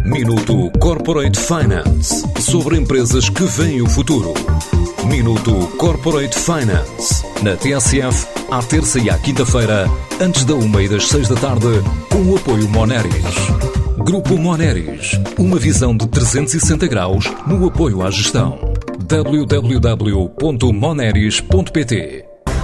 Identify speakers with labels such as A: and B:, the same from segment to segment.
A: Minuto Corporate Finance, sobre empresas que veem o futuro. Minuto Corporate Finance, na TSF, à terça e à quinta-feira, antes da 1h e das 6 da tarde, com o apoio Moneris. Grupo Moneris, uma visão de 360 graus no apoio à gestão. www.moneris.pt.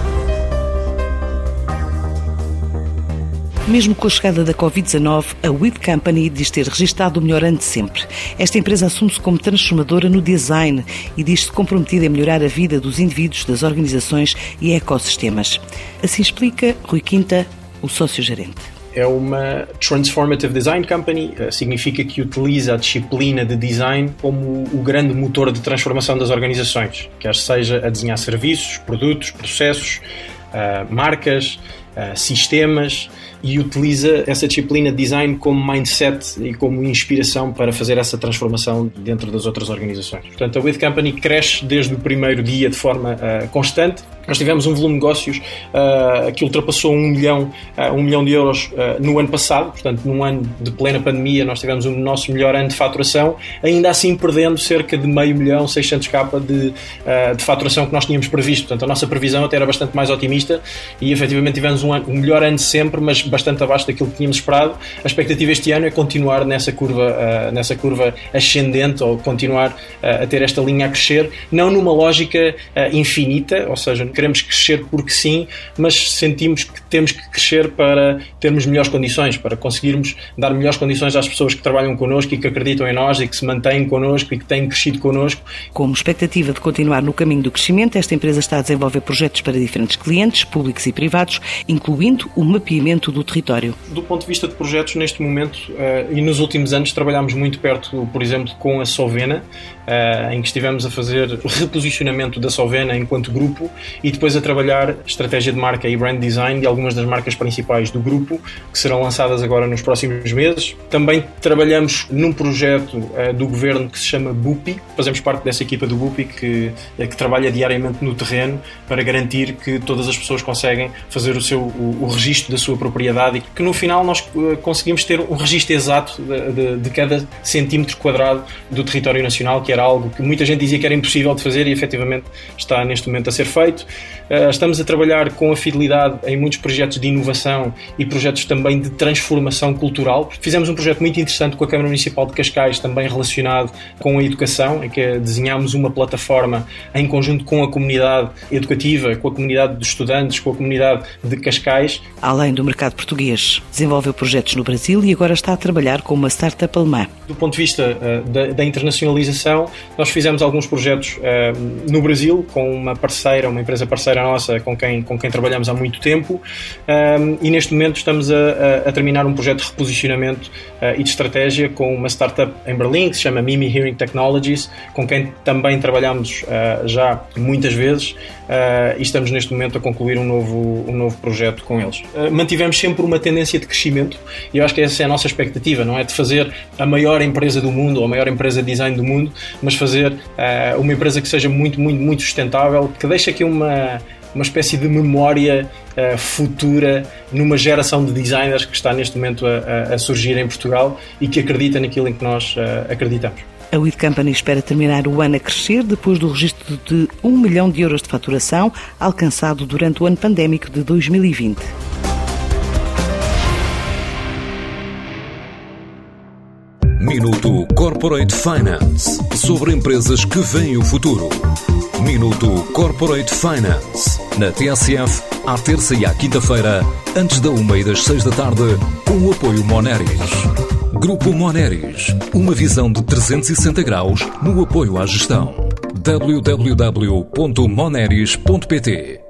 B: Mesmo com a chegada da Covid-19, a With Company diz ter registado o melhor ano de sempre. Esta empresa assume-se como transformadora no design e diz-se comprometida em melhorar a vida dos indivíduos, das organizações e ecossistemas. Assim explica Rui Quinta, o sócio-gerente.
C: É uma Transformative Design Company, significa que utiliza a disciplina de design como o grande motor de transformação das organizações, quer seja a desenhar serviços, produtos, processos, marcas, sistemas, e utiliza essa disciplina de design como mindset e como inspiração para fazer essa transformação dentro das outras organizações. Portanto, a With Company cresce desde o primeiro dia de forma constante. Nós tivemos um volume de negócios que ultrapassou 1 milhão de euros no ano passado. Portanto, num ano de plena pandemia, nós tivemos o nosso melhor ano de faturação, ainda assim perdendo cerca de 500.000, 600k de faturação que nós tínhamos previsto. Portanto, a nossa previsão até era bastante mais otimista e, efetivamente, tivemos o melhor ano de sempre, mas bastante abaixo daquilo que tínhamos esperado. A expectativa este ano é continuar nessa curva ascendente, ou continuar a ter esta linha a crescer, não numa lógica infinita, ou seja, queremos crescer porque sim, mas sentimos que temos que crescer para termos melhores condições, para conseguirmos dar melhores condições às pessoas que trabalham connosco e que acreditam em nós e que se mantêm connosco e que têm crescido connosco.
B: Como expectativa de continuar no caminho do crescimento, esta empresa está a desenvolver projetos para diferentes clientes, públicos e privados, incluindo o mapeamento do território.
C: Do ponto de vista de projetos, neste momento e nos últimos anos, trabalhámos muito perto, por exemplo, com a Solvena, em que estivemos a fazer o reposicionamento da Solvena enquanto grupo e depois a trabalhar estratégia de marca e brand design de algumas das marcas principais do grupo, que serão lançadas agora nos próximos meses. Também trabalhamos num projeto do governo que se chama BUPI, fazemos parte dessa equipa do BUPI que trabalha diariamente no terreno para garantir que todas as pessoas conseguem fazer o registro da sua propriedade e que no final nós conseguimos ter um registro exato de cada centímetro quadrado do território nacional, que era algo que muita gente dizia que era impossível de fazer e efetivamente está neste momento a ser feito. Estamos a trabalhar com a fidelidade em muitos projetos de inovação e projetos também de transformação cultural. Fizemos um projeto muito interessante com a Câmara Municipal de Cascais, também relacionado com a educação, em que desenhámos uma plataforma em conjunto com a comunidade educativa, com a comunidade de estudantes, com a comunidade de Cascais.
B: Além do mercado português, desenvolveu projetos no Brasil e agora está a trabalhar com uma startup alemã.
C: Do ponto de vista da internacionalização, nós fizemos alguns projetos no Brasil com uma empresa parceira nossa com quem trabalhamos há muito tempo e neste momento estamos a terminar um projeto de reposicionamento e de estratégia com uma startup em Berlim que se chama Mimi Hearing Technologies, com quem também trabalhamos já muitas vezes e estamos neste momento a concluir um novo projeto com eles. Mantivemos sempre uma tendência de crescimento e eu acho que essa é a nossa expectativa, não é de fazer a maior empresa do mundo ou a maior empresa de design do mundo, mas fazer uma empresa que seja muito, muito, muito sustentável, que deixe aqui uma espécie de memória futura numa geração de designers que está neste momento a surgir em Portugal e que acredita naquilo em que nós acreditamos.
B: A With Company espera terminar o ano a crescer depois do registro de 1 milhão de euros de faturação alcançado durante o ano pandémico de 2020.
A: Minuto Corporate Finance, sobre empresas que veem o futuro. Minuto Corporate Finance, na TSF, à terça e à quinta-feira, antes da 1h e das 6 da tarde, com o apoio Moneris. Grupo Moneris, uma visão de 360 graus no apoio à gestão. www.moneris.pt